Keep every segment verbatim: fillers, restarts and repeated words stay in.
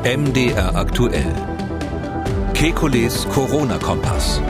M D R aktuell. Kekules Corona-Kompass.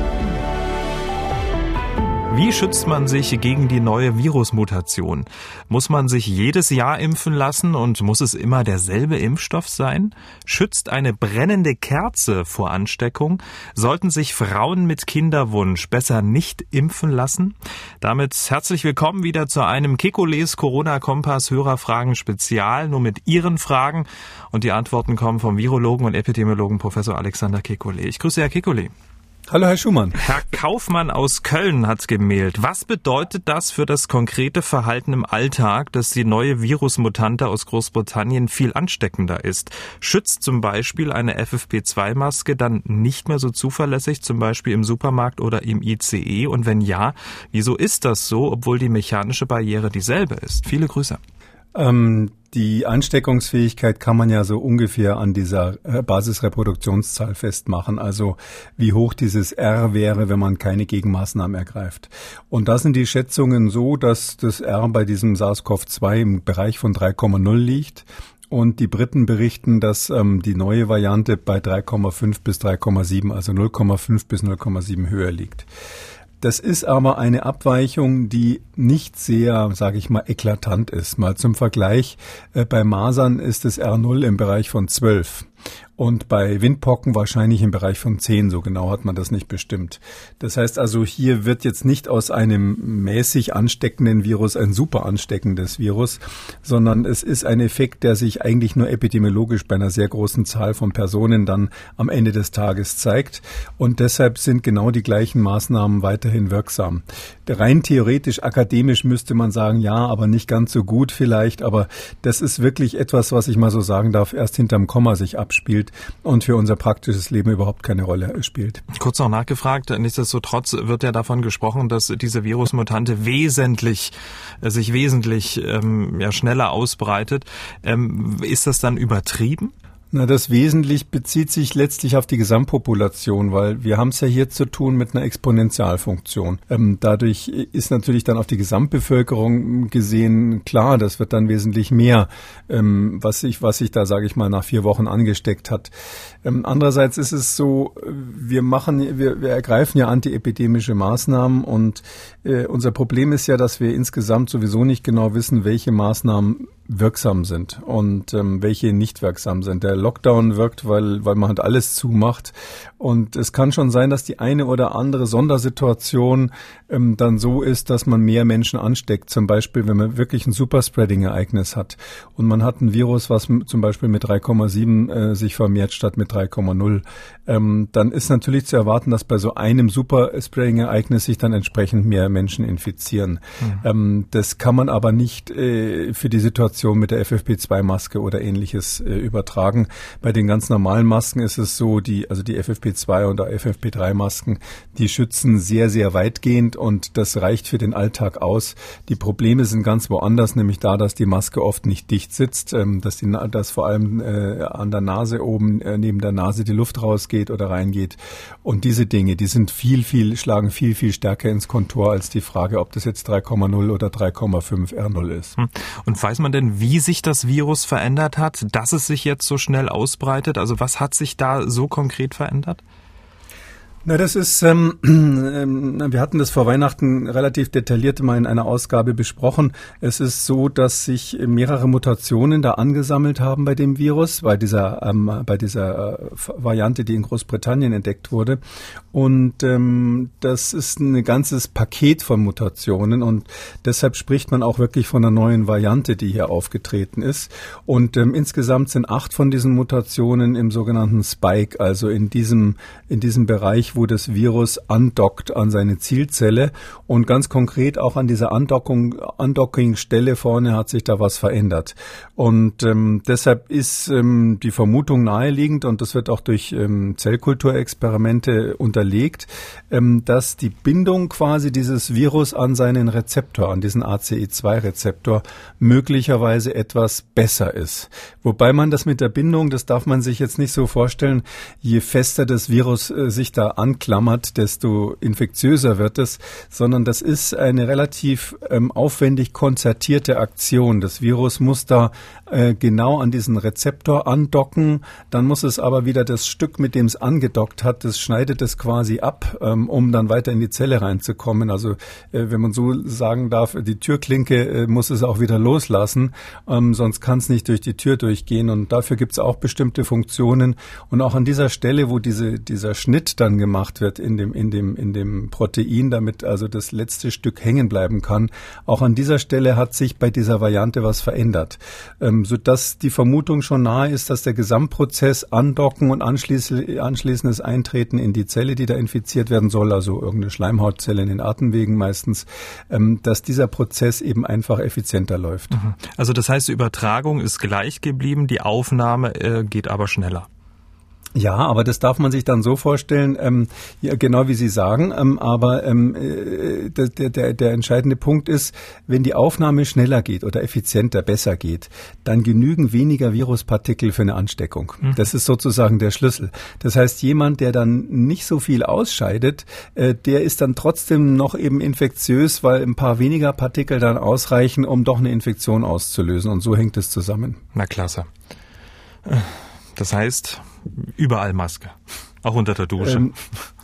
Wie schützt man sich gegen die neue Virusmutation? Muss man sich jedes Jahr impfen lassen und muss es immer derselbe Impfstoff sein? Schützt eine brennende Kerze vor Ansteckung? Sollten sich Frauen mit Kinderwunsch besser nicht impfen lassen? Damit herzlich willkommen wieder zu einem Kekules Corona-Kompass Hörerfragen Spezial, nur mit Ihren Fragen. Und die Antworten kommen vom Virologen und Epidemiologen Professor Alexander Kekulé. Ich grüße Herr Kekulé. Hallo, Herr Schumann. Herr Kaufmann aus Köln hat gemailt. Was bedeutet das für das konkrete Verhalten im Alltag, dass die neue Virusmutante aus Großbritannien viel ansteckender ist? Schützt zum Beispiel eine F F P zwei Maske dann nicht mehr so zuverlässig, zum Beispiel im Supermarkt oder im I C E? Und wenn ja, wieso ist das so, obwohl die mechanische Barriere dieselbe ist? Viele Grüße. Ähm, die Ansteckungsfähigkeit kann man ja so ungefähr an dieser Basisreproduktionszahl festmachen, also wie hoch dieses R wäre, wenn man keine Gegenmaßnahmen ergreift. Und da sind die Schätzungen so, dass das R bei diesem SARS-C o V zwei im Bereich von drei Komma null liegt. Und die Briten berichten, dass ähm, die neue Variante bei drei Komma fünf bis drei Komma sieben, also null Komma fünf bis null Komma sieben höher liegt. Das ist aber eine Abweichung, die nicht sehr, sage ich mal, eklatant ist. Mal zum Vergleich, äh, bei Masern ist das R null im Bereich von zwölf. Und bei Windpocken wahrscheinlich im Bereich von zehn, so genau hat man das nicht bestimmt. Das heißt also, hier wird jetzt nicht aus einem mäßig ansteckenden Virus ein super ansteckendes Virus, sondern es ist ein Effekt, der sich eigentlich nur epidemiologisch bei einer sehr großen Zahl von Personen dann am Ende des Tages zeigt. Und deshalb sind genau die gleichen Maßnahmen weiterhin wirksam. Rein theoretisch, akademisch müsste man sagen, ja, aber nicht ganz so gut vielleicht. Aber das ist wirklich etwas, was ich mal so sagen darf, erst hinterm Komma sich abspielt und für unser praktisches Leben überhaupt keine Rolle spielt. Kurz noch nachgefragt, nichtsdestotrotz wird ja davon gesprochen, dass diese Virusmutante wesentlich, sich wesentlich ähm, ja, schneller ausbreitet. Ähm, ist das dann übertrieben? Na, das wesentlich bezieht sich letztlich auf die Gesamtpopulation, weil wir haben es ja hier zu tun mit einer Exponentialfunktion. Ähm, dadurch ist natürlich dann auf die Gesamtbevölkerung gesehen klar, das wird dann wesentlich mehr, ähm, was sich, was sich da, sage ich mal, nach vier Wochen angesteckt hat. Ähm, andererseits ist es so, wir machen, wir, wir ergreifen ja antiepidemische Maßnahmen und äh, unser Problem ist ja, dass wir insgesamt sowieso nicht genau wissen, welche Maßnahmen wirksam sind und ähm, welche nicht wirksam sind. Der Lockdown wirkt, weil weil man halt alles zumacht und es kann schon sein, dass die eine oder andere Sondersituation ähm, dann so ist, dass man mehr Menschen ansteckt. Zum Beispiel, wenn man wirklich ein Superspreading-Ereignis hat und man hat ein Virus, was m- zum Beispiel mit drei Komma sieben äh, sich vermehrt statt mit drei Komma null, ähm, dann ist natürlich zu erwarten, dass bei so einem Superspreading-Ereignis sich dann entsprechend mehr Menschen infizieren. Mhm. Ähm, das kann man aber nicht äh, für die Situation mit der F F P zwei Maske oder ähnliches äh, übertragen. Bei den ganz normalen Masken ist es so, die also die F F P zwei und F F P drei Masken, die schützen sehr, sehr weitgehend und das reicht für den Alltag aus. Die Probleme sind ganz woanders, nämlich da, dass die Maske oft nicht dicht sitzt, ähm, dass, die, dass vor allem äh, an der Nase oben äh, neben der Nase die Luft rausgeht oder reingeht. Und diese Dinge, die sind viel, viel, schlagen viel, viel stärker ins Kontor als die Frage, ob das jetzt drei Komma null oder drei Komma fünf R null ist. Und weiß man denn, wie sich das Virus verändert hat, dass es sich jetzt so schnell ausbreitet? Also was hat sich da so konkret verändert? Na, das ist, ähm, ähm, wir hatten das vor Weihnachten relativ detailliert mal in einer Ausgabe besprochen. Es ist so, dass sich mehrere Mutationen da angesammelt haben bei dem Virus, bei dieser, ähm, bei dieser äh, Variante, die in Großbritannien entdeckt wurde. Und ähm, das ist ein ganzes Paket von Mutationen und deshalb spricht man auch wirklich von einer neuen Variante, die hier aufgetreten ist. Und ähm, insgesamt sind acht von diesen Mutationen im sogenannten Spike, also in diesem, in diesem Bereich, wo das Virus andockt an seine Zielzelle und ganz konkret auch an dieser Andockung, Andocking-Stelle vorne hat sich da was verändert. Und ähm, deshalb ist ähm, die Vermutung naheliegend und das wird auch durch ähm, Zellkulturexperimente unterlegt, ähm, dass die Bindung quasi dieses Virus an seinen Rezeptor, an diesen A C E zwei Rezeptor möglicherweise etwas besser ist. Wobei man das mit der Bindung, das darf man sich jetzt nicht so vorstellen, je fester das Virus äh, sich da anklammert, desto infektiöser wird es, sondern das ist eine relativ ähm, aufwendig konzertierte Aktion. Das Virus muss da äh, genau an diesen Rezeptor andocken, dann muss es aber wieder das Stück, mit dem es angedockt hat, das schneidet es quasi ab, ähm, um dann weiter in die Zelle reinzukommen. Also äh, wenn man so sagen darf, die Türklinke äh, muss es auch wieder loslassen, ähm, sonst kann es nicht durch die Tür durchgehen, und dafür gibt es auch bestimmte Funktionen. Und auch an dieser Stelle, wo diese, dieser Schnitt dann gemacht wird in dem, in dem, in dem Protein, damit also das letzte Stück hängen bleiben kann, auch an dieser Stelle hat sich bei dieser Variante was verändert, ähm, sodass die Vermutung schon nahe ist, dass der Gesamtprozess Andocken und anschließend, anschließendes Eintreten in die Zelle, die da infiziert werden soll, also irgendeine Schleimhautzelle in den Atemwegen meistens, ähm, dass dieser Prozess eben einfach effizienter läuft. Also das heißt, die Übertragung ist gleich geblieben, die Aufnahme äh, geht aber schneller. Ja, aber das darf man sich dann so vorstellen, ähm, ja, genau wie Sie sagen, ähm, aber ähm, äh, der, der, der entscheidende Punkt ist, wenn die Aufnahme schneller geht oder effizienter, besser geht, dann genügen weniger Viruspartikel für eine Ansteckung. Mhm. Das ist sozusagen der Schlüssel. Das heißt, jemand, der dann nicht so viel ausscheidet, äh, der ist dann trotzdem noch eben infektiös, weil ein paar weniger Partikel dann ausreichen, um doch eine Infektion auszulösen. Und so hängt es zusammen. Na klasse. Das heißt, überall Maske, auch unter der Dusche. Ähm,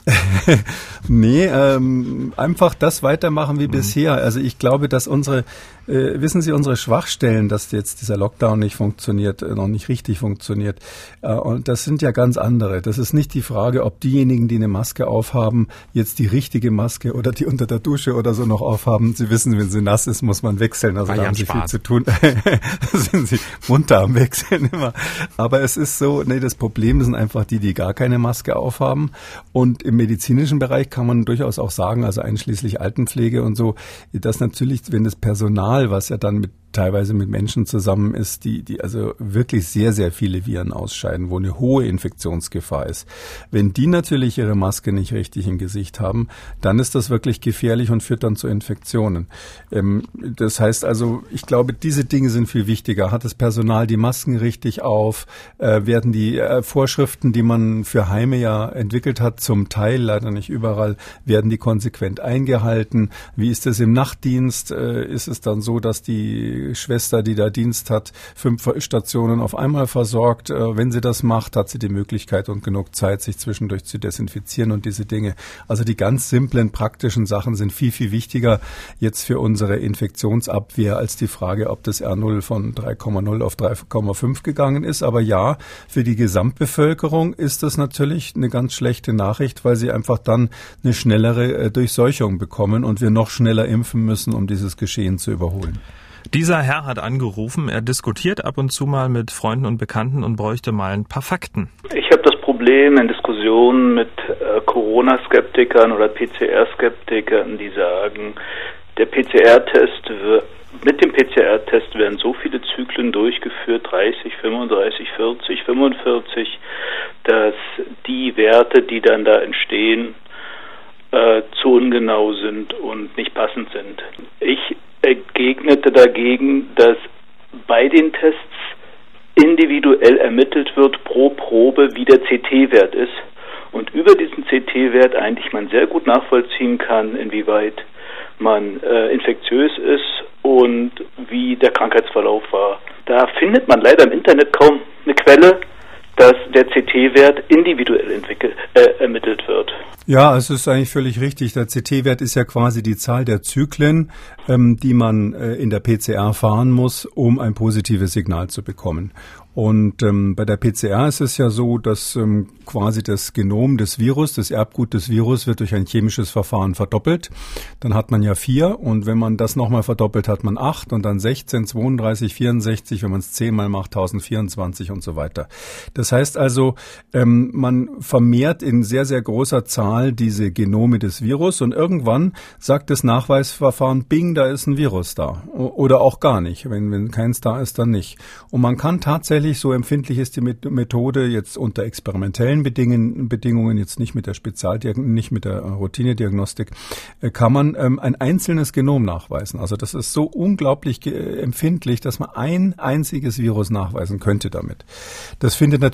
nee, ähm, einfach das weitermachen wie mhm. bisher. Also ich glaube, dass unsere, äh, wissen Sie, unsere Schwachstellen, dass jetzt dieser Lockdown nicht funktioniert, äh, noch nicht richtig funktioniert, äh, und das sind ja ganz andere. Das ist nicht die Frage, ob diejenigen, die eine Maske aufhaben, jetzt die richtige Maske oder die unter der Dusche oder so noch aufhaben. Sie wissen, wenn sie nass ist, muss man wechseln. Also da haben Sie viel zu tun. Da sind Sie munter am Wechseln immer. Aber es ist so, nee, das Problem sind einfach die, die gar keine Maske aufhaben. Und im medizinischen Bereich kann man durchaus auch sagen, also einschließlich Altenpflege und so, dass natürlich, wenn das Personal, was ja dann mit teilweise mit Menschen zusammen ist, die, die also wirklich sehr, sehr viele Viren ausscheiden, wo eine hohe Infektionsgefahr ist. Wenn die natürlich ihre Maske nicht richtig im Gesicht haben, dann ist das wirklich gefährlich und führt dann zu Infektionen. Ähm, das heißt also, ich glaube, diese Dinge sind viel wichtiger. Hat das Personal die Masken richtig auf? Äh, werden die äh, Vorschriften, die man für Heime ja entwickelt hat, zum Teil, leider nicht überall, werden die konsequent eingehalten? Wie ist es im Nachtdienst? Äh, ist es dann so, dass die Schwester, die da Dienst hat, fünf Stationen auf einmal versorgt? Wenn sie das macht, hat sie die Möglichkeit und genug Zeit, sich zwischendurch zu desinfizieren und diese Dinge. Also die ganz simplen, praktischen Sachen sind viel, viel wichtiger jetzt für unsere Infektionsabwehr als die Frage, ob das R null von drei Komma null auf drei Komma fünf gegangen ist. Aber ja, für die Gesamtbevölkerung ist das natürlich eine ganz schlechte Nachricht, weil sie einfach dann eine schnellere Durchseuchung bekommen und wir noch schneller impfen müssen, um dieses Geschehen zu überholen. Dieser Herr hat angerufen, er diskutiert ab und zu mal mit Freunden und Bekannten und bräuchte mal ein paar Fakten. Ich habe das Problem in Diskussionen mit äh, Corona-Skeptikern oder P C R-Skeptikern, die sagen, der P C R-Test, mit dem P C R-Test werden so viele Zyklen durchgeführt, dreißig, fünfunddreißig, vierzig, fünfundvierzig, dass die Werte, die dann da entstehen, äh, zu ungenau sind und nicht passend sind. Ich entgegnete dagegen, dass bei den Tests individuell ermittelt wird pro Probe, wie der C T-Wert ist, und über diesen C T-Wert eigentlich man sehr gut nachvollziehen kann, inwieweit man äh, infektiös ist und wie der Krankheitsverlauf war. Da findet man leider im Internet kaum eine Quelle, dass der C T-Wert individuell entwickelt, äh, ermittelt wird. Ja, es ist eigentlich völlig richtig. Der C T-Wert ist ja quasi die Zahl der Zyklen, ähm, die man äh, in der P C R fahren muss, um ein positives Signal zu bekommen. Und ähm, bei der P C R ist es ja so, dass ähm, quasi das Genom des Virus, das Erbgut des Virus wird durch ein chemisches Verfahren verdoppelt. Dann hat man ja vier, und wenn man das nochmal verdoppelt, hat man acht und dann sechzehn, zweiunddreißig, vierundsechzig, wenn man es zehnmal macht, tausendvierundzwanzig und so weiter. Das heißt also, ähm, man vermehrt in sehr, sehr großer Zahl diese Genome des Virus, und irgendwann sagt das Nachweisverfahren, bing, da ist ein Virus da. Oder auch gar nicht. Wenn, wenn keins da ist, dann nicht. Und man kann tatsächlich, so empfindlich ist die Methode jetzt unter experimentellen Bedingungen, Bedingungen jetzt nicht mit der Spezialdiagnostik, nicht mit der Routinediagnostik, kann man ähm, ein einzelnes Genom nachweisen. Also das ist so unglaublich ge- empfindlich, dass man ein einziges Virus nachweisen könnte damit. Das findet natürlich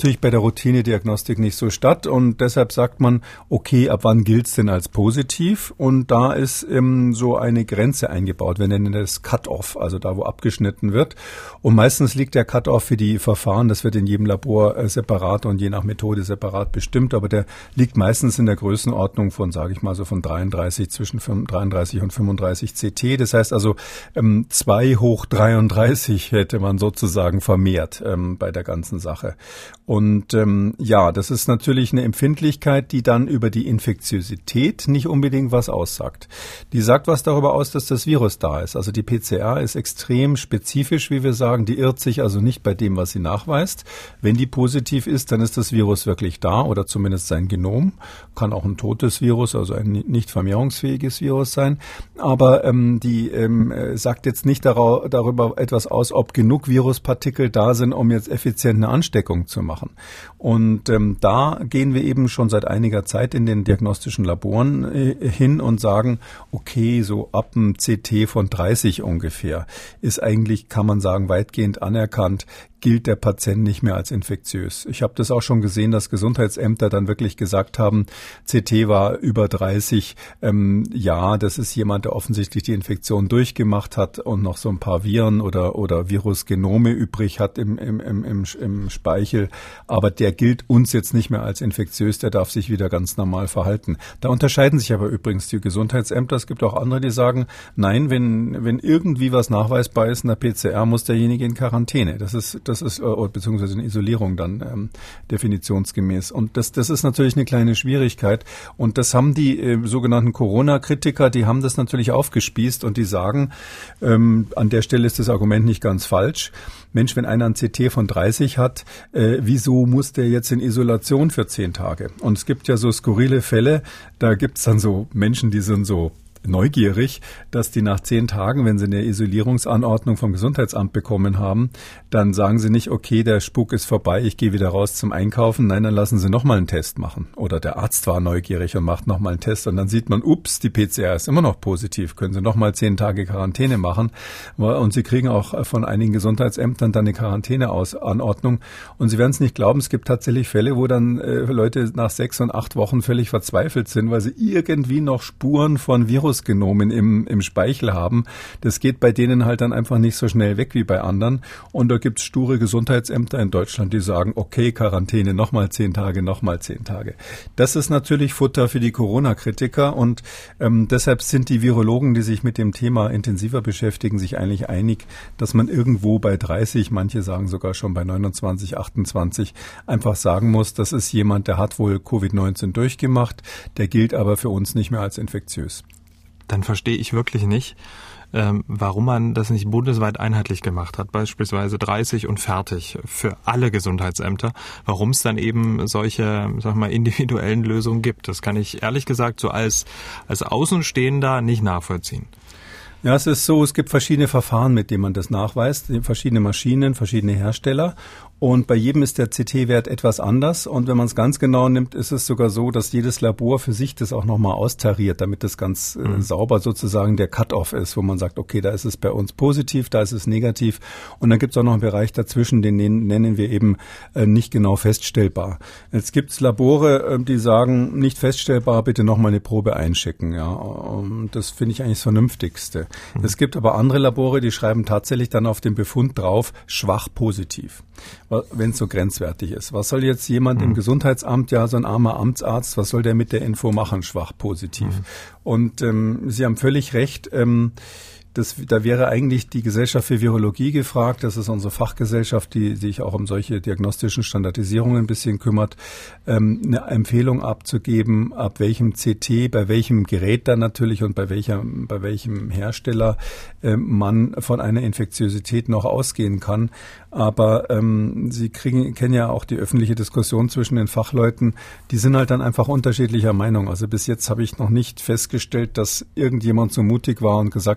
natürlich bei der Routinediagnostik nicht so statt und deshalb sagt man, okay, ab wann gilt's denn als positiv? Und da ist ähm, so eine Grenze eingebaut. Wir nennen das Cut-off, also da, wo abgeschnitten wird. Und meistens liegt der Cut-off für die Verfahren, das wird in jedem Labor äh, separat und je nach Methode separat bestimmt, aber der liegt meistens in der Größenordnung von, sage ich mal, so von dreiunddreißig, zwischen dreiunddreißig und fünfunddreißig C T. Das heißt also, ähm, zwei hoch dreiunddreißig hätte man sozusagen vermehrt ähm, bei der ganzen Sache. Und ähm, ja, das ist natürlich eine Empfindlichkeit, die dann über die Infektiosität nicht unbedingt was aussagt. Die sagt was darüber aus, dass das Virus da ist. Also die P C R ist extrem spezifisch, wie wir sagen. Die irrt sich also nicht bei dem, was sie nachweist. Wenn die positiv ist, dann ist das Virus wirklich da oder zumindest sein Genom. Kann auch ein totes Virus, also ein nicht vermehrungsfähiges Virus sein. Aber ähm, die ähm, sagt jetzt nicht darau- darüber etwas aus, ob genug Viruspartikel da sind, um jetzt effizient eine Ansteckung zu machen. Und ähm, da gehen wir eben schon seit einiger Zeit in den diagnostischen Laboren äh, hin und sagen, okay, so ab einem C T von dreißig ungefähr ist eigentlich, kann man sagen, weitgehend anerkannt, gilt der Patient nicht mehr als infektiös. Ich habe das auch schon gesehen, dass Gesundheitsämter dann wirklich gesagt haben, C T war über dreißig, ähm, ja, das ist jemand, der offensichtlich die Infektion durchgemacht hat und noch so ein paar Viren oder oder Virusgenome übrig hat im, im, im, im, im Speichel, aber der gilt uns jetzt nicht mehr als infektiös, der darf sich wieder ganz normal verhalten. Da unterscheiden sich aber übrigens die Gesundheitsämter. Es gibt auch andere, die sagen, nein, wenn wenn irgendwie was nachweisbar ist in der P C R, muss derjenige in Quarantäne. Das ist das ist äh, beziehungsweise in Isolierung dann ähm, definitionsgemäß. Und das das ist natürlich eine kleine Schwierigkeit. Und das haben die äh, sogenannten Corona-Kritiker, die haben das natürlich aufgespießt und die sagen, ähm, an der Stelle ist das Argument nicht ganz falsch. Mensch, wenn einer ein C T von dreißig hat, äh, wieso muss der jetzt in Isolation für zehn Tage? Und es gibt ja so skurrile Fälle, da gibt's dann so Menschen, die sind so neugierig, dass die nach zehn Tagen, wenn sie eine Isolierungsanordnung vom Gesundheitsamt bekommen haben, dann sagen sie nicht, okay, der Spuk ist vorbei, ich gehe wieder raus zum Einkaufen. Nein, dann lassen sie nochmal einen Test machen. Oder der Arzt war neugierig und macht nochmal einen Test und dann sieht man, ups, die P C R ist immer noch positiv, können sie nochmal zehn Tage Quarantäne machen. Und sie kriegen auch von einigen Gesundheitsämtern dann eine Quarantäneanordnung. Und Sie werden es nicht glauben, es gibt tatsächlich Fälle, wo dann äh, Leute nach sechs und acht Wochen völlig verzweifelt sind, weil sie irgendwie noch Spuren von Virus Genomen im, im Speichel haben. Das geht bei denen halt dann einfach nicht so schnell weg wie bei anderen. Und da gibt es sture Gesundheitsämter in Deutschland, die sagen, okay, Quarantäne, nochmal zehn Tage, nochmal zehn Tage. Das ist natürlich Futter für die Corona-Kritiker und ähm, deshalb sind die Virologen, die sich mit dem Thema intensiver beschäftigen, sich eigentlich einig, dass man irgendwo bei dreißig, manche sagen sogar schon bei neunundzwanzig, achtundzwanzig, einfach sagen muss, das ist jemand, der hat wohl Covid neunzehn durchgemacht, der gilt aber für uns nicht mehr als infektiös. Dann verstehe ich wirklich nicht, ähm, warum man das nicht bundesweit einheitlich gemacht hat, beispielsweise dreißig und fertig für alle Gesundheitsämter, warum es dann eben solche, sag mal, individuellen Lösungen gibt. Das kann ich ehrlich gesagt so als, als Außenstehender nicht nachvollziehen. Ja, es ist so, es gibt verschiedene Verfahren, mit denen man das nachweist, verschiedene Maschinen, verschiedene Hersteller. Und bei jedem ist der C T-Wert etwas anders. Und wenn man es ganz genau nimmt, ist es sogar so, dass jedes Labor für sich das auch nochmal austariert, damit das ganz äh, mhm. sauber sozusagen der Cut-off ist, wo man sagt, okay, da ist es bei uns positiv, da ist es negativ. Und dann gibt es auch noch einen Bereich dazwischen, den nennen wir eben äh, nicht genau feststellbar. Jetzt gibt es Labore, äh, die sagen, nicht feststellbar, bitte nochmal eine Probe einschicken. Ja, und das finde ich eigentlich das Vernünftigste. Mhm. Es gibt aber andere Labore, die schreiben tatsächlich dann auf den Befund drauf, schwach positiv, wenn es so grenzwertig ist. Was soll jetzt jemand mhm. im Gesundheitsamt, ja, so ein armer Amtsarzt, was soll der mit der Info machen, schwach positiv? Mhm. Und ähm, Sie haben völlig recht, ähm, Das, da wäre eigentlich die Gesellschaft für Virologie gefragt. Das ist unsere Fachgesellschaft, die sich auch um solche diagnostischen Standardisierungen ein bisschen kümmert, ähm, eine Empfehlung abzugeben, ab welchem C T, bei welchem Gerät dann natürlich und bei welcher, bei welchem Hersteller äh, man von einer Infektiosität noch ausgehen kann. Aber ähm, Sie kriegen, kennen ja auch die öffentliche Diskussion zwischen den Fachleuten. Die sind halt dann einfach unterschiedlicher Meinung. Also bis jetzt habe ich noch nicht festgestellt, dass irgendjemand so mutig war und gesagt hat, okay,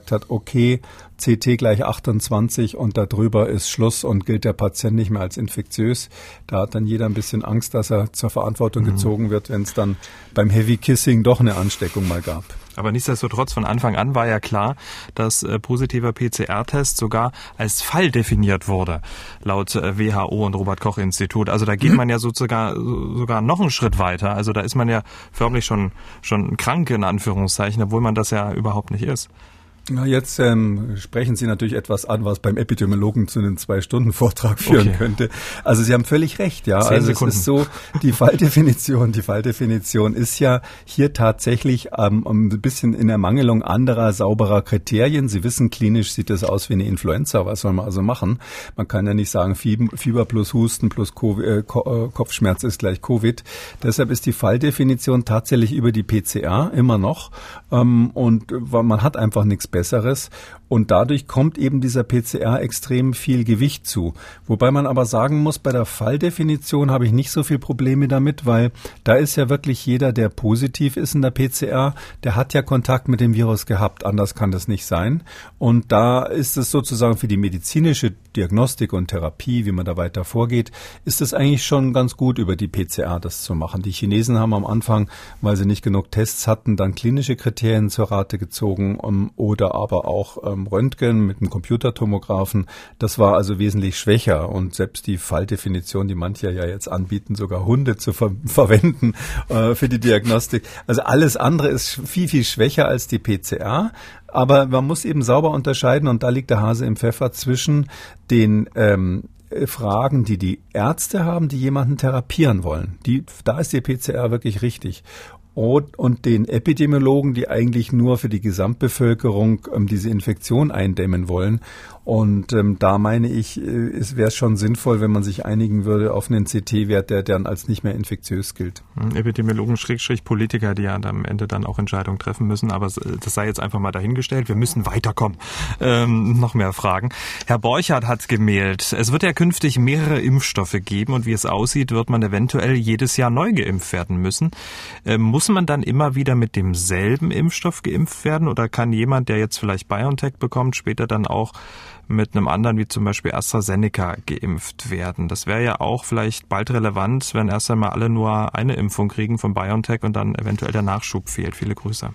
okay, C T gleich achtundzwanzig und darüber ist Schluss und gilt der Patient nicht mehr als infektiös. Da hat dann jeder ein bisschen Angst, dass er zur Verantwortung mhm. gezogen wird, wenn es dann beim Heavy Kissing doch eine Ansteckung mal gab. Aber nichtsdestotrotz, von Anfang an war ja klar, dass äh, positiver P C R-Test sogar als Fall definiert wurde, laut äh, W H O und Robert-Koch-Institut. Also da geht man ja so sogar, sogar noch einen Schritt weiter. Also da ist man ja förmlich schon, schon krank, in Anführungszeichen, obwohl man das ja überhaupt nicht ist. Na, jetzt ähm, sprechen Sie natürlich etwas an, was beim Epidemiologen zu einem Zwei-Stunden-Vortrag führen okay. könnte. Also Sie haben völlig recht, ja. Zehn also Sekunden. Es ist so, die Falldefinition, die Falldefinition ist ja hier tatsächlich ähm, ein bisschen in Ermangelung anderer sauberer Kriterien. Sie wissen, klinisch sieht das aus wie eine Influenza. Was soll man also machen? Man kann ja nicht sagen, Fieber plus Husten plus Covid, äh, Kopfschmerz ist gleich Covid. Deshalb ist die Falldefinition tatsächlich über die P C R immer noch. Ähm, und man hat einfach nichts Besseres und dadurch kommt eben dieser P C R extrem viel Gewicht zu. Wobei man aber sagen muss, bei der Falldefinition habe ich nicht so viel Probleme damit, weil da ist ja wirklich jeder, der positiv ist in der P C R, der hat ja Kontakt mit dem Virus gehabt, anders kann das nicht sein. Und da ist es sozusagen für die medizinische Diagnostik und Therapie, wie man da weiter vorgeht, ist es eigentlich schon ganz gut, über die P C R das zu machen. Die Chinesen haben am Anfang, weil sie nicht genug Tests hatten, dann klinische Kriterien zur Rate gezogen um, oder aber auch ähm, Röntgen mit einem Computertomographen. Das war also wesentlich schwächer und selbst die Falldefinition, die manche ja jetzt anbieten, sogar Hunde zu ver- verwenden äh, für die Diagnostik. Also alles andere ist viel, viel schwächer als die P C R. Aber man muss eben sauber unterscheiden und da liegt der Hase im Pfeffer zwischen den ähm, Fragen, die die Ärzte haben, die jemanden therapieren wollen. Die, da ist die P C R wirklich richtig. Und den Epidemiologen, die eigentlich nur für die Gesamtbevölkerung ähm, diese Infektion eindämmen wollen. Und ähm, da meine ich, äh, es wäre schon sinnvoll, wenn man sich einigen würde auf einen C T-Wert, der dann als nicht mehr infektiös gilt. Epidemiologen, Schrägstrich Politiker, die ja am Ende dann auch Entscheidungen treffen müssen. Aber das sei jetzt einfach mal dahingestellt. Wir müssen weiterkommen. Ähm, noch mehr Fragen. Herr Borchardt hat gemailt. Es wird ja künftig mehrere Impfstoffe geben und wie es aussieht, wird man eventuell jedes Jahr neu geimpft werden müssen. Ähm, muss man dann immer wieder mit demselben Impfstoff geimpft werden oder kann jemand, der jetzt vielleicht BioNTech bekommt, später dann auch mit einem anderen, wie zum Beispiel AstraZeneca, geimpft werden? Das wäre ja auch vielleicht bald relevant, wenn erst einmal alle nur eine Impfung kriegen von BioNTech und dann eventuell der Nachschub fehlt. Viele Grüße.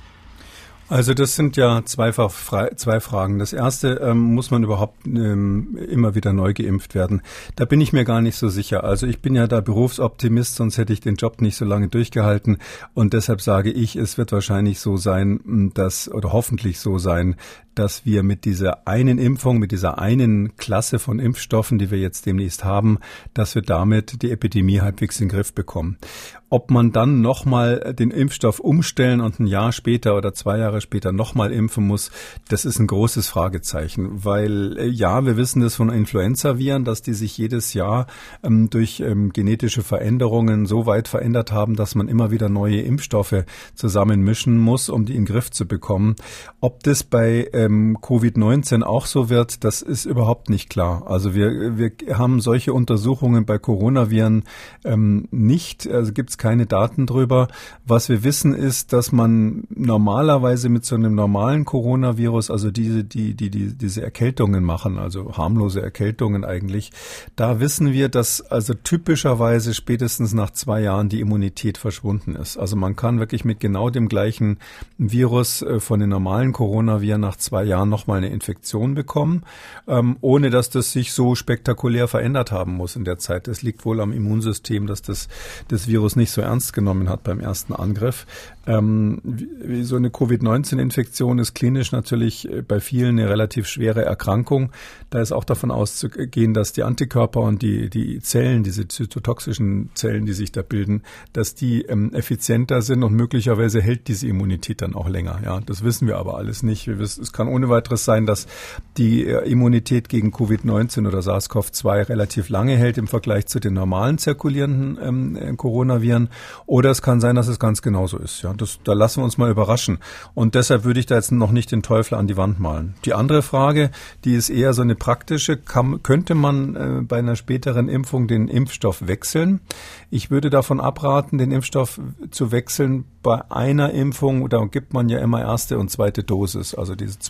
Also das sind ja zweifach frei, zwei Fragen. Das erste, ähm, muss man überhaupt ähm, immer wieder neu geimpft werden? Da bin ich mir gar nicht so sicher. Also ich bin ja da Berufsoptimist, sonst hätte ich den Job nicht so lange durchgehalten. Und deshalb sage ich, es wird wahrscheinlich so sein, dass, oder hoffentlich so sein, dass wir mit dieser einen Impfung, mit dieser einen Klasse von Impfstoffen, die wir jetzt demnächst haben, dass wir damit die Epidemie halbwegs in den Griff bekommen. Ob man dann nochmal den Impfstoff umstellen und ein Jahr später oder zwei Jahre später nochmal impfen muss, das ist ein großes Fragezeichen. Weil ja, wir wissen das von Influenza-Viren, dass die sich jedes Jahr ähm, durch ähm, genetische Veränderungen so weit verändert haben, dass man immer wieder neue Impfstoffe zusammenmischen muss, um die in den Griff zu bekommen. Ob das bei ähm, Covid neunzehn auch so wird, das ist überhaupt nicht klar. Also wir, wir haben solche Untersuchungen bei Coronaviren ähm, nicht, also gibt es keine Daten drüber. Was wir wissen ist, dass man normalerweise mit so einem normalen Coronavirus, also diese, die, die, die, diese Erkältungen machen, also harmlose Erkältungen eigentlich, da wissen wir, dass also typischerweise spätestens nach zwei Jahren die Immunität verschwunden ist. Also man kann wirklich mit genau dem gleichen Virus von den normalen Coronaviren nach zwei Jahren nochmal eine Infektion bekommen, ähm, ohne dass das sich so spektakulär verändert haben muss in der Zeit. Das liegt wohl am Immunsystem, dass das, das Virus nicht so ernst genommen hat beim ersten Angriff. Ähm, wie so eine Covid neunzehn Infektion ist klinisch natürlich bei vielen eine relativ schwere Erkrankung. Da ist auch davon auszugehen, dass die Antikörper und die, die Zellen, diese zytotoxischen Zellen, die sich da bilden, dass die ähm, effizienter sind und möglicherweise hält diese Immunität dann auch länger. Ja, das wissen wir aber alles nicht. Wir wissen, es kann ohne weiteres sein, dass die Immunität gegen Covid neunzehn oder SARS-CoV zwei relativ lange hält im Vergleich zu den normalen zirkulierenden ähm, Coronaviren. Oder es kann sein, dass es ganz genauso ist. Ja, das, da lassen wir uns mal überraschen. Und deshalb würde ich da jetzt noch nicht den Teufel an die Wand malen. Die andere Frage, die ist eher so eine praktische, kann, könnte man äh, bei einer späteren Impfung den Impfstoff wechseln? Ich würde davon abraten, den Impfstoff zu wechseln bei einer Impfung. Da gibt man ja immer erste und zweite Dosis, also diese zwei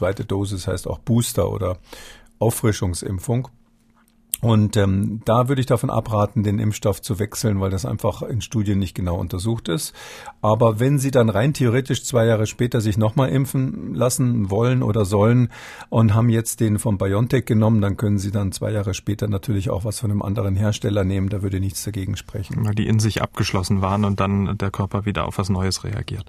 zweite Dosis heißt auch Booster oder Auffrischungsimpfung. Und ähm, da würde ich davon abraten, den Impfstoff zu wechseln, weil das einfach in Studien nicht genau untersucht ist. Aber wenn Sie dann rein theoretisch zwei Jahre später sich nochmal impfen lassen wollen oder sollen und haben jetzt den von BioNTech genommen, dann können Sie dann zwei Jahre später natürlich auch was von einem anderen Hersteller nehmen. Da würde nichts dagegen sprechen. Weil die in sich abgeschlossen waren und dann der Körper wieder auf was Neues reagiert.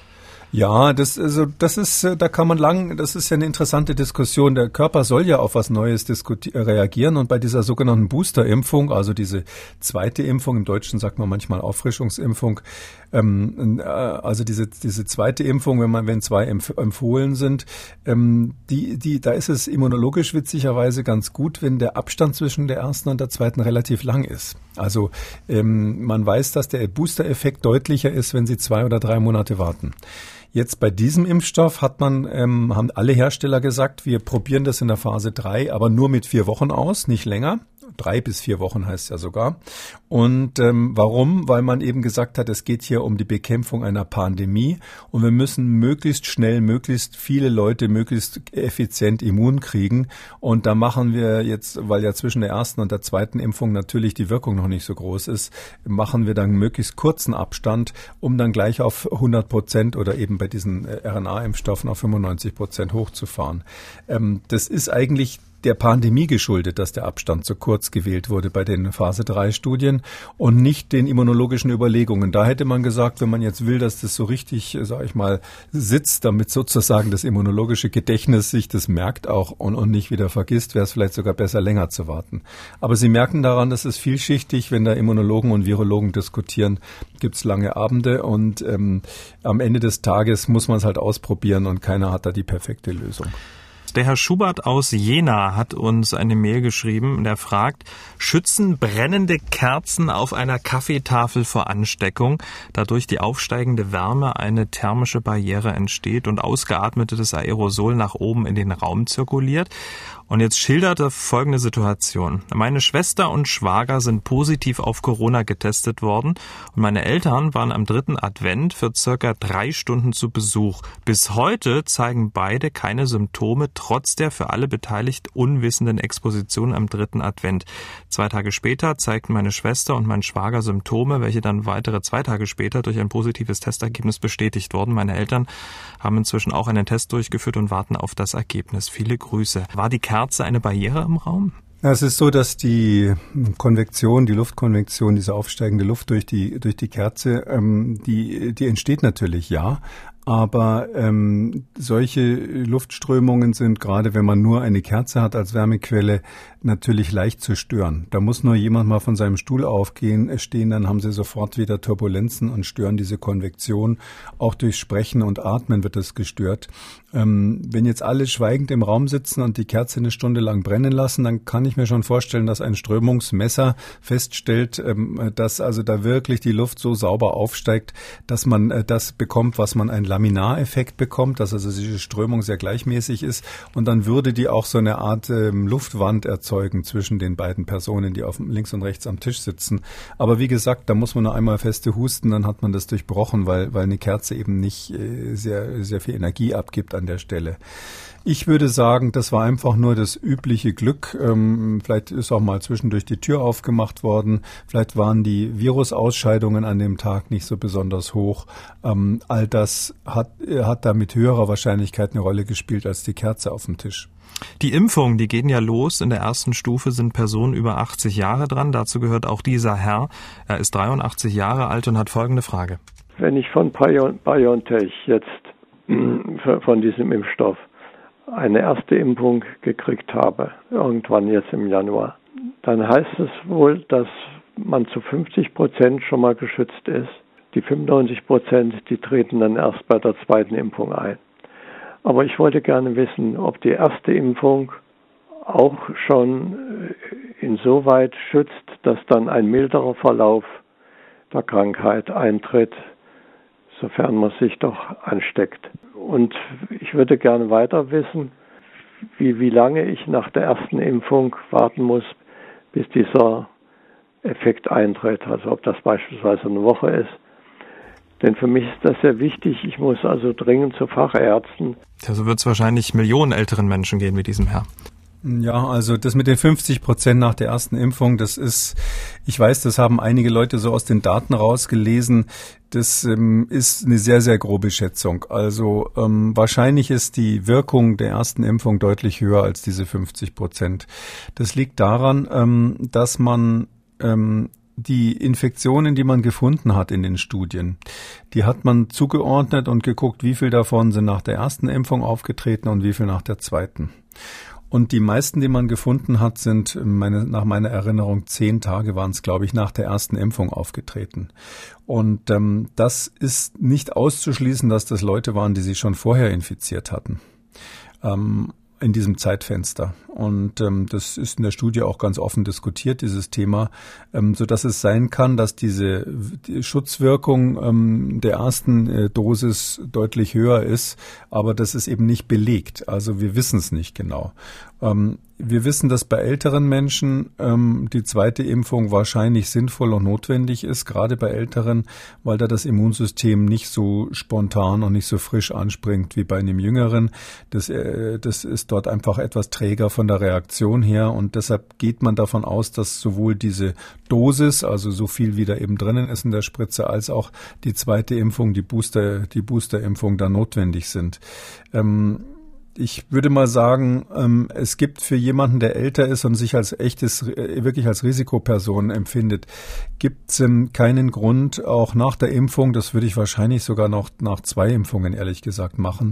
Ja, das, also, das ist, da kann man lang, das ist ja eine interessante Diskussion. Der Körper soll ja auf was Neues diskuti- reagieren und bei dieser sogenannten Boosterimpfung, also diese zweite Impfung, im Deutschen sagt man manchmal Auffrischungsimpfung, ähm, äh, also diese, diese zweite Impfung, wenn man, wenn zwei empf- empfohlen sind, ähm, die, die, da ist es immunologisch witzigerweise ganz gut, wenn der Abstand zwischen der ersten und der zweiten relativ lang ist. Also, ähm, man weiß, dass der Booster-Effekt deutlicher ist, wenn Sie zwei oder drei Monate warten. Jetzt bei diesem Impfstoff hat man, ähm, haben alle Hersteller gesagt, wir probieren das in der Phase drei, aber nur mit vier Wochen aus, nicht länger. Drei bis vier Wochen heißt ja sogar. Und ähm, warum? Weil man eben gesagt hat, es geht hier um die Bekämpfung einer Pandemie und wir müssen möglichst schnell, möglichst viele Leute möglichst effizient immun kriegen. Und da machen wir jetzt, weil ja zwischen der ersten und der zweiten Impfung natürlich die Wirkung noch nicht so groß ist, machen wir dann einen möglichst kurzen Abstand, um dann gleich auf hundert Prozent oder eben bei diesen R N A-Impfstoffen auf fünfundneunzig Prozent hochzufahren. Ähm, das ist eigentlich der Pandemie geschuldet, dass der Abstand so kurz gewählt wurde bei den Phase drei Studien und nicht den immunologischen Überlegungen. Da hätte man gesagt, wenn man jetzt will, dass das so richtig, sage ich mal, sitzt, damit sozusagen das immunologische Gedächtnis sich das merkt auch und, und nicht wieder vergisst, wäre es vielleicht sogar besser, länger zu warten. Aber Sie merken daran, dass es vielschichtig, wenn da Immunologen und Virologen diskutieren, gibt es lange Abende und ähm, am Ende des Tages muss man es halt ausprobieren und keiner hat da die perfekte Lösung. Der Herr Schubert aus Jena hat uns eine Mail geschrieben, der fragt, schützen brennende Kerzen auf einer Kaffeetafel vor Ansteckung, da durch die aufsteigende Wärme eine thermische Barriere entsteht und ausgeatmetes Aerosol nach oben in den Raum zirkuliert? Und jetzt schildert er folgende Situation. Meine Schwester und Schwager sind positiv auf Corona getestet worden und meine Eltern waren am dritten Advent für circa drei Stunden zu Besuch. Bis heute zeigen beide keine Symptome, trotz der für alle beteiligt unwissenden Exposition am dritten Advent. Zwei Tage später zeigten meine Schwester und mein Schwager Symptome, welche dann weitere zwei Tage später durch ein positives Testergebnis bestätigt wurden. Meine Eltern haben inzwischen auch einen Test durchgeführt und warten auf das Ergebnis. Viele Grüße. War die Kerze eine Barriere im Raum? Ja, es ist so, dass die Konvektion, die Luftkonvektion, diese aufsteigende Luft durch die durch die Kerze, ähm, die die entsteht natürlich, ja. Aber ähm, solche Luftströmungen sind, gerade wenn man nur eine Kerze hat als Wärmequelle, natürlich leicht zu stören. Da muss nur jemand mal von seinem Stuhl aufgehen, stehen, dann haben sie sofort wieder Turbulenzen und stören diese Konvektion. Auch durch Sprechen und Atmen wird das gestört. Ähm, wenn jetzt alle schweigend im Raum sitzen und die Kerze eine Stunde lang brennen lassen, dann kann ich mir schon vorstellen, dass ein Strömungsmesser feststellt, ähm, dass also da wirklich die Luft so sauber aufsteigt, dass man äh, das bekommt, was man ein Laminareffekt bekommt, dass also diese Strömung sehr gleichmäßig ist und dann würde die auch so eine Art ähm, Luftwand erzeugen zwischen den beiden Personen, die auf links und rechts am Tisch sitzen. Aber wie gesagt, da muss man nur einmal feste husten, dann hat man das durchbrochen, weil weil eine Kerze eben nicht äh, sehr sehr viel Energie abgibt an der Stelle. Ich würde sagen, das war einfach nur das übliche Glück. Ähm, vielleicht ist auch mal zwischendurch die Tür aufgemacht worden. Vielleicht waren die Virusausscheidungen an dem Tag nicht so besonders hoch. Ähm, all das hat, hat da mit höherer Wahrscheinlichkeit eine Rolle gespielt als die Kerze auf dem Tisch. Die Impfungen, die gehen ja los. In der ersten Stufe sind Personen über achtzig Jahre dran. Dazu gehört auch dieser Herr. Er ist dreiundachtzig Jahre alt und hat folgende Frage. Wenn ich von BioNTech jetzt von diesem Impfstoff eine erste Impfung gekriegt habe, irgendwann jetzt im Januar, dann heißt es wohl, dass man zu fünfzig Prozent schon mal geschützt ist. Die fünfundneunzig Prozent, die treten dann erst bei der zweiten Impfung ein. Aber ich wollte gerne wissen, ob die erste Impfung auch schon insoweit schützt, dass dann ein milderer Verlauf der Krankheit eintritt, sofern man sich doch ansteckt. Und ich würde gerne weiter wissen, wie, wie lange ich nach der ersten Impfung warten muss, bis dieser Effekt eintritt. Also ob das beispielsweise eine Woche ist. Denn für mich ist das sehr wichtig. Ich muss also dringend zu Fachärzten. Ja, so wird es wahrscheinlich Millionen älteren Menschen gehen wie diesem Herr. Ja, also das mit den fünfzig Prozent nach der ersten Impfung, das ist, ich weiß, das haben einige Leute so aus den Daten rausgelesen, das ähm, ist eine sehr, sehr grobe Schätzung. Also ähm, wahrscheinlich ist die Wirkung der ersten Impfung deutlich höher als diese fünfzig Prozent. Das liegt daran, ähm, dass man ähm, die Infektionen, die man gefunden hat in den Studien, die hat man zugeordnet und geguckt, wie viel davon sind nach der ersten Impfung aufgetreten und wie viel nach der zweiten. Und die meisten, die man gefunden hat, sind meine, nach meiner Erinnerung zehn Tage waren es, glaube ich, nach der ersten Impfung aufgetreten. Und ähm, das ist nicht auszuschließen, dass das Leute waren, die sich schon vorher infiziert hatten. Ähm, in diesem Zeitfenster. Und ähm, das ist in der Studie auch ganz offen diskutiert, dieses Thema, ähm, so dass es sein kann, dass diese die Schutzwirkung ähm, der ersten äh, Dosis deutlich höher ist, aber das ist eben nicht belegt. Also wir wissen es nicht genau. Ähm, wir wissen, dass bei älteren Menschen ähm, die zweite Impfung wahrscheinlich sinnvoll und notwendig ist, gerade bei Älteren, weil da das Immunsystem nicht so spontan und nicht so frisch anspringt wie bei einem Jüngeren. Das, äh, das ist dort einfach etwas träger von der Reaktion her und deshalb geht man davon aus, dass sowohl diese Dosis, also so viel wie da eben drinnen ist in der Spritze, als auch die zweite Impfung, die Booster, die Boosterimpfung da notwendig sind. Ähm, Ich würde mal sagen, ähm, es gibt für jemanden, der älter ist und sich als echtes, äh, wirklich als Risikoperson empfindet, gibt es ähm, keinen Grund, auch nach der Impfung, das würde ich wahrscheinlich sogar noch nach zwei Impfungen ehrlich gesagt machen,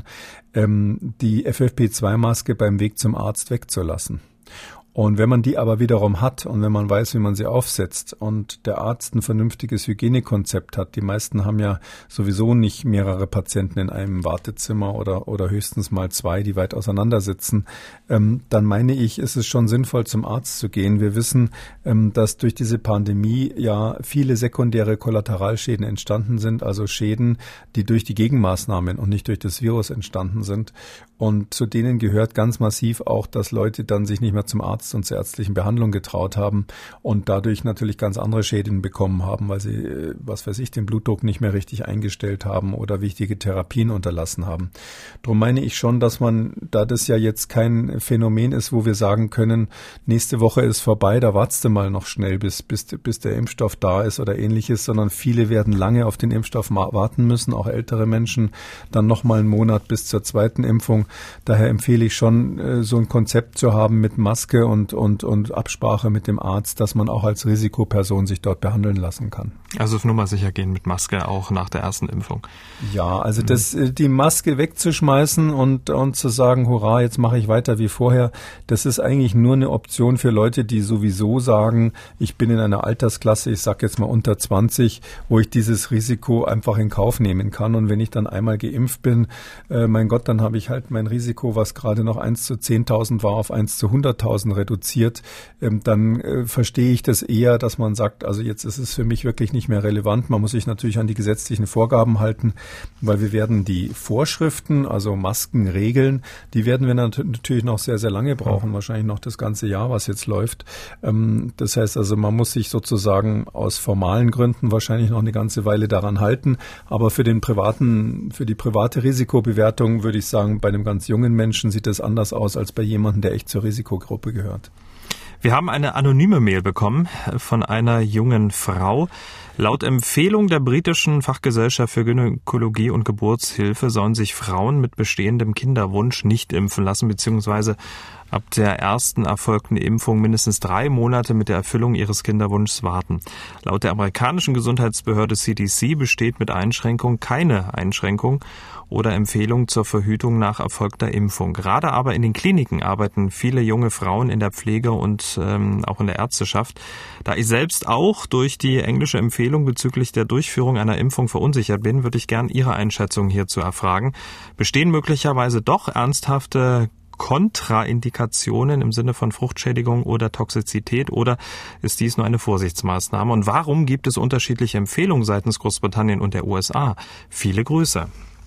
ähm, die F F P zwei Maske beim Weg zum Arzt wegzulassen. Und wenn man die aber wiederum hat und wenn man weiß, wie man sie aufsetzt und der Arzt ein vernünftiges Hygienekonzept hat, die meisten haben ja sowieso nicht mehrere Patienten in einem Wartezimmer oder oder höchstens mal zwei, die weit auseinander sitzen, ähm, dann meine ich, ist es schon sinnvoll, zum Arzt zu gehen. Wir wissen, ähm, dass durch diese Pandemie ja viele sekundäre Kollateralschäden entstanden sind, also Schäden, die durch die Gegenmaßnahmen und nicht durch das Virus entstanden sind. Und zu denen gehört ganz massiv auch, dass Leute dann sich nicht mehr zum Arzt und zur ärztlichen Behandlung getraut haben und dadurch natürlich ganz andere Schäden bekommen haben, weil sie, was weiß ich, den Blutdruck nicht mehr richtig eingestellt haben oder wichtige Therapien unterlassen haben. Darum meine ich schon, dass man, da das ja jetzt kein Phänomen ist, wo wir sagen können, nächste Woche ist vorbei, da wartest du mal noch schnell, bis, bis, bis der Impfstoff da ist oder ähnliches, sondern viele werden lange auf den Impfstoff warten müssen, auch ältere Menschen, dann noch mal einen Monat bis zur zweiten Impfung. Daher empfehle ich schon, so ein Konzept zu haben mit Maske und, und, und Absprache mit dem Arzt, dass man auch als Risikoperson sich dort behandeln lassen kann. Also auf Nummer sicher gehen mit Maske auch nach der ersten Impfung. Ja, also das, die Maske wegzuschmeißen und, und zu sagen, hurra, jetzt mache ich weiter wie vorher, das ist eigentlich nur eine Option für Leute, die sowieso sagen, ich bin in einer Altersklasse, ich sage jetzt mal unter zwanzig, wo ich dieses Risiko einfach in Kauf nehmen kann. Und wenn ich dann einmal geimpft bin, äh, mein Gott, dann habe ich halt mein Risiko, was gerade noch eins zu zehntausend war, auf eins zu hunderttausend reduziert, ähm, dann äh, verstehe ich das eher, dass man sagt, also jetzt ist es für mich wirklich nicht mehr relevant. Man muss sich natürlich an die gesetzlichen Vorgaben halten, weil wir werden die Vorschriften, also Maskenregeln, die werden wir nat- natürlich noch sehr, sehr lange brauchen, ja. Wahrscheinlich noch das ganze Jahr, was jetzt läuft. Ähm, das heißt also, man muss sich sozusagen aus formalen Gründen wahrscheinlich noch eine ganze Weile daran halten, aber für den privaten, für die private Risikobewertung würde ich sagen, bei einem ganz jungen Menschen sieht das anders aus als bei jemandem, der echt zur Risikogruppe gehört. Wir haben eine anonyme Mail bekommen von einer jungen Frau. Laut Empfehlung der britischen Fachgesellschaft für Gynäkologie und Geburtshilfe sollen sich Frauen mit bestehendem Kinderwunsch nicht impfen lassen, beziehungsweise ab der ersten erfolgten Impfung mindestens drei Monate mit der Erfüllung ihres Kinderwunschs warten. Laut der amerikanischen Gesundheitsbehörde C D C besteht mit Einschränkung keine Einschränkung oder Empfehlung zur Verhütung nach erfolgter Impfung. Gerade aber in den Kliniken arbeiten viele junge Frauen in der Pflege und ähm, auch in der Ärzteschaft. Da ich selbst auch durch die englische Empfehlung bezüglich der Durchführung einer Impfung verunsichert bin, würde ich gern Ihre Einschätzung hierzu erfragen. Bestehen möglicherweise doch ernsthafte Kontraindikationen im Sinne von Fruchtschädigung oder Toxizität oder ist dies nur eine Vorsichtsmaßnahme? Und warum gibt es unterschiedliche Empfehlungen seitens Großbritannien und der U S A? Viele Grüße.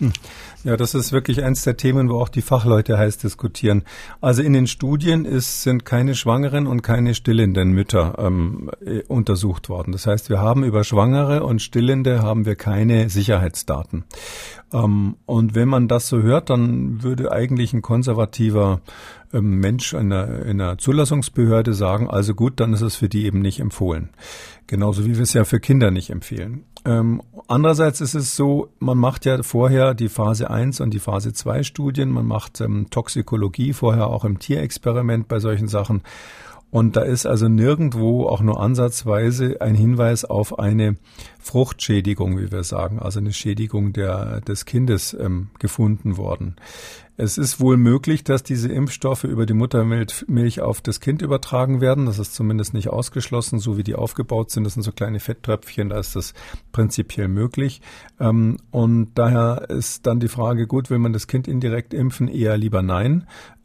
Ja, das ist wirklich eins der Themen, wo auch die Fachleute heiß diskutieren. Also in den Studien ist, sind keine schwangeren und keine stillenden Mütter ähm, untersucht worden. Das heißt, wir haben über Schwangere und Stillende haben wir keine Sicherheitsdaten. Ähm, und wenn man das so hört, dann würde eigentlich ein konservativer ähm, Mensch in einer, in einer Zulassungsbehörde sagen, also gut, dann ist es für die eben nicht empfohlen. Genauso wie wir es ja für Kinder nicht empfehlen. Ähm, andererseits ist es so, man macht ja vorher die Phase eins und die Phase zwei Studien, man macht ähm, Toxikologie vorher auch im Tierexperiment bei solchen Sachen. Und da ist also nirgendwo auch nur ansatzweise ein Hinweis auf eine Fruchtschädigung, wie wir sagen, also eine Schädigung der, des Kindes ähm, gefunden worden. Es ist wohl möglich, dass diese Impfstoffe über die Muttermilch auf das Kind übertragen werden. Das ist zumindest nicht ausgeschlossen, so wie die aufgebaut sind. Das sind so kleine Fetttröpfchen, da ist das prinzipiell möglich. Und daher ist dann die Frage, gut, will man das Kind indirekt impfen? Eher lieber nein.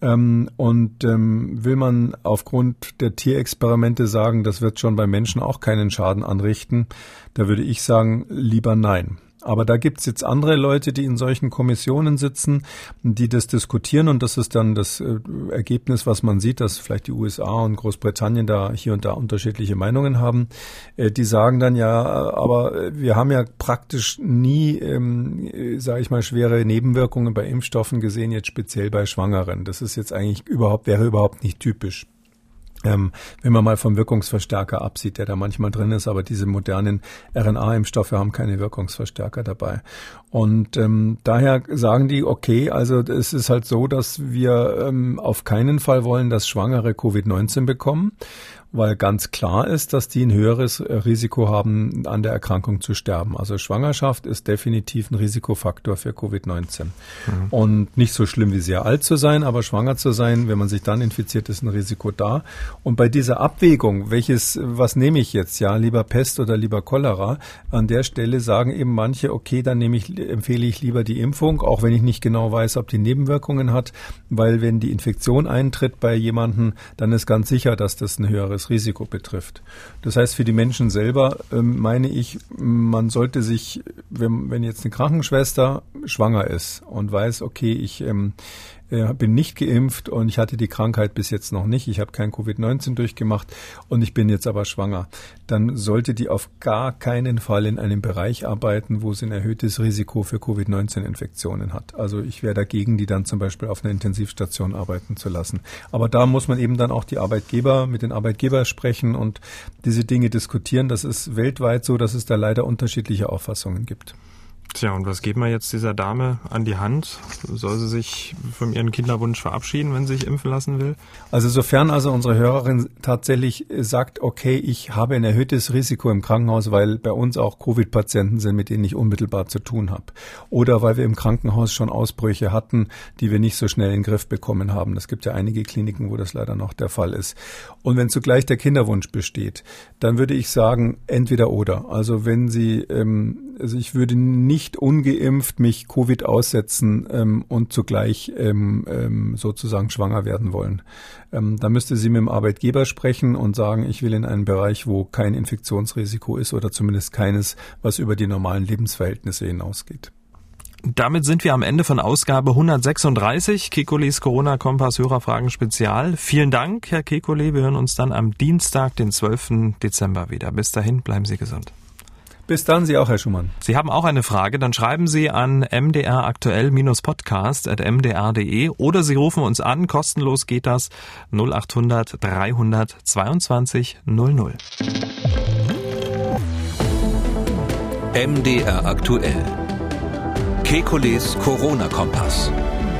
Und will man aufgrund der Tierexperimente sagen, das wird schon bei Menschen auch keinen Schaden anrichten? Da würde ich sagen, lieber nein. Aber da gibt's jetzt andere Leute, die in solchen Kommissionen sitzen, die das diskutieren, und das ist dann das äh, Ergebnis, was man sieht, dass vielleicht die U S A und Großbritannien da hier und da unterschiedliche Meinungen haben. Äh, die sagen dann ja, aber wir haben ja praktisch nie, ähm, sage ich mal, schwere Nebenwirkungen bei Impfstoffen gesehen, jetzt speziell bei Schwangeren. Das ist jetzt eigentlich überhaupt, wäre überhaupt nicht typisch. Ähm, wenn man mal vom Wirkungsverstärker absieht, der da manchmal drin ist, aber diese modernen R N A-Impfstoffe haben keine Wirkungsverstärker dabei. Und ähm, daher sagen die, okay, also es ist halt so, dass wir ähm, auf keinen Fall wollen, dass Schwangere Covid neunzehn bekommen, weil ganz klar ist, dass die ein höheres Risiko haben, an der Erkrankung zu sterben. Also Schwangerschaft ist definitiv ein Risikofaktor für Covid neunzehn. Mhm. Und nicht so schlimm wie sehr alt zu sein, aber schwanger zu sein, wenn man sich dann infiziert, ist ein Risiko da. Und bei dieser Abwägung, welches, was nehme ich jetzt, ja, lieber Pest oder lieber Cholera, an der Stelle sagen eben manche, okay, dann nehme ich, empfehle ich lieber die Impfung, auch wenn ich nicht genau weiß, ob die Nebenwirkungen hat, weil wenn die Infektion eintritt bei jemandem, dann ist ganz sicher, dass das ein höheres Risiko betrifft. Das heißt, für die Menschen selber ähm, meine ich, man sollte sich, wenn, wenn jetzt eine Krankenschwester schwanger ist und weiß, okay, ich ähm, äh, bin nicht geimpft und ich hatte die Krankheit bis jetzt noch nicht, ich habe kein Covid neunzehn durchgemacht und ich bin jetzt aber schwanger, dann sollte die auf gar keinen Fall in einem Bereich arbeiten, wo sie ein erhöhtes Risiko für Covid neunzehn Infektionen hat. Also ich wäre dagegen, die dann zum Beispiel auf einer Intensivstation arbeiten zu lassen. Aber da muss man eben dann auch die Arbeitgeber, mit den Arbeitgebern sprechen und diese Dinge diskutieren. Das ist weltweit so, dass es da leider unterschiedliche Auffassungen gibt. Tja, und was geben wir jetzt dieser Dame an die Hand? Soll sie sich von ihrem Kinderwunsch verabschieden, wenn sie sich impfen lassen will? Also sofern also unsere Hörerin tatsächlich sagt, okay, ich habe ein erhöhtes Risiko im Krankenhaus, weil bei uns auch Covid-Patienten sind, mit denen ich unmittelbar zu tun habe. Oder weil wir im Krankenhaus schon Ausbrüche hatten, die wir nicht so schnell in den Griff bekommen haben. Es gibt ja einige Kliniken, wo das leider noch der Fall ist. Und wenn zugleich der Kinderwunsch besteht, dann würde ich sagen, entweder oder. Also wenn sie, ähm, also ich würde nicht nicht ungeimpft mich Covid aussetzen ähm, und zugleich ähm, ähm, sozusagen schwanger werden wollen. Ähm, da müsste sie mit dem Arbeitgeber sprechen und sagen, ich will in einen Bereich, wo kein Infektionsrisiko ist oder zumindest keines, was über die normalen Lebensverhältnisse hinausgeht. Damit sind wir am Ende von Ausgabe hundertsechsunddreißig, Kekules Corona-Kompass Hörerfragen Spezial. Vielen Dank, Herr Kekulé. Wir hören uns dann am Dienstag, den zwölften Dezember wieder. Bis dahin, bleiben Sie gesund. Bis dann, Sie auch, Herr Schumann. Sie haben auch eine Frage, dann schreiben Sie an m d r aktuell podcast at m d r punkt d e oder Sie rufen uns an, kostenlos geht das, null achthundert dreihundertzweiundzwanzig null null. M D R aktuell. Kekules Corona-Kompass.